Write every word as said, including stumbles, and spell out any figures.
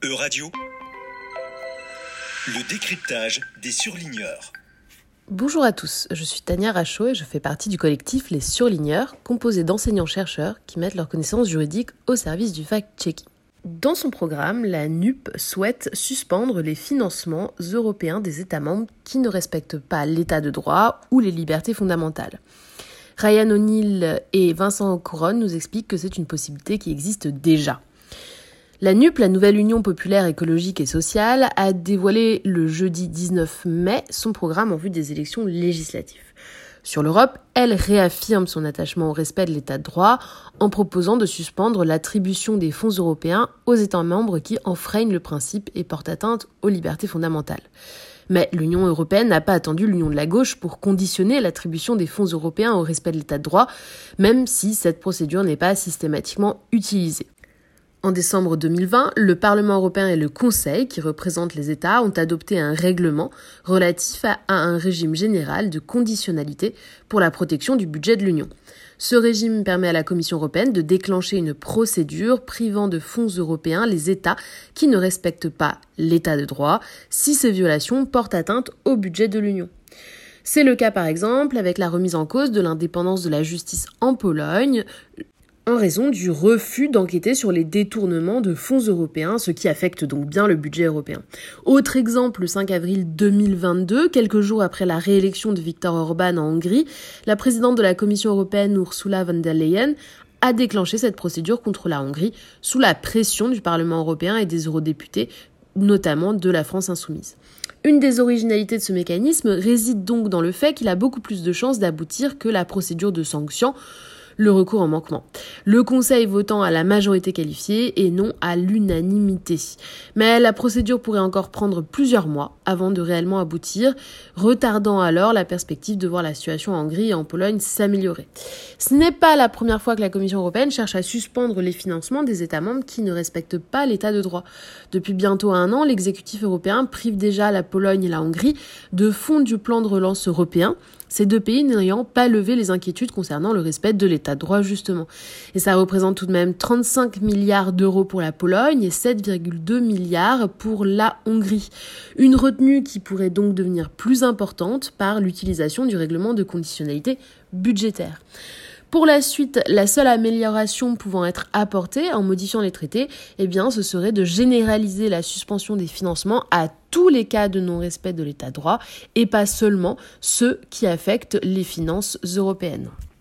E-Radio, le décryptage des surligneurs. Bonjour à tous, je suis Tania Rachaud et je fais partie du collectif Les Surligneurs, composé d'enseignants-chercheurs qui mettent leurs connaissances juridiques au service du fact-checking. Dans son programme, la N U P souhaite suspendre les financements européens des États membres qui ne respectent pas l'état de droit ou les libertés fondamentales. Ryan O'Neill et Vincent Couronne nous expliquent que c'est une possibilité qui existe déjà. La N U P, la nouvelle Union populaire écologique et sociale, a dévoilé le jeudi dix-neuf mai son programme en vue des élections législatives. Sur l'Europe, elle réaffirme son attachement au respect de l'état de droit en proposant de suspendre l'attribution des fonds européens aux États membres qui enfreignent le principe et portent atteinte aux libertés fondamentales. Mais l'Union européenne n'a pas attendu l'Union de la gauche pour conditionner l'attribution des fonds européens au respect de l'état de droit, même si cette procédure n'est pas systématiquement utilisée. En décembre deux mille vingt, le Parlement européen et le Conseil, qui représentent les États, ont adopté un règlement relatif à un régime général de conditionnalité pour la protection du budget de l'Union. Ce régime permet à la Commission européenne de déclencher une procédure privant de fonds européens les États qui ne respectent pas l'état de droit si ces violations portent atteinte au budget de l'Union. C'est le cas par exemple avec la remise en cause de l'indépendance de la justice en Pologne, en raison du refus d'enquêter sur les détournements de fonds européens, ce qui affecte donc bien le budget européen. Autre exemple, le cinq avril deux mille vingt-deux, quelques jours après la réélection de Viktor Orban en Hongrie, la présidente de la Commission européenne, Ursula von der Leyen, a déclenché cette procédure contre la Hongrie sous la pression du Parlement européen et des eurodéputés, notamment de la France insoumise. Une des originalités de ce mécanisme réside donc dans le fait qu'il a beaucoup plus de chances d'aboutir que la procédure de sanction, le recours en manquement. Le Conseil votant à la majorité qualifiée et non à l'unanimité. Mais la procédure pourrait encore prendre plusieurs mois avant de réellement aboutir, retardant alors la perspective de voir la situation en Hongrie et en Pologne s'améliorer. Ce n'est pas la première fois que la Commission européenne cherche à suspendre les financements des États membres qui ne respectent pas l'état de droit. Depuis bientôt un an, l'exécutif européen prive déjà la Pologne et la Hongrie de fonds du plan de relance européen, ces deux pays n'ayant pas levé les inquiétudes concernant le respect de l'état de droit justement. Et ça représente tout de même trente-cinq milliards d'euros pour la Pologne et sept virgule deux milliards pour la Hongrie. Une retenue qui pourrait donc devenir plus importante par l'utilisation du règlement de conditionnalité budgétaire. Pour la suite, la seule amélioration pouvant être apportée en modifiant les traités, eh bien, ce serait de généraliser la suspension des financements à tous les cas de non-respect de l'état de droit et pas seulement ceux qui affectent les finances européennes.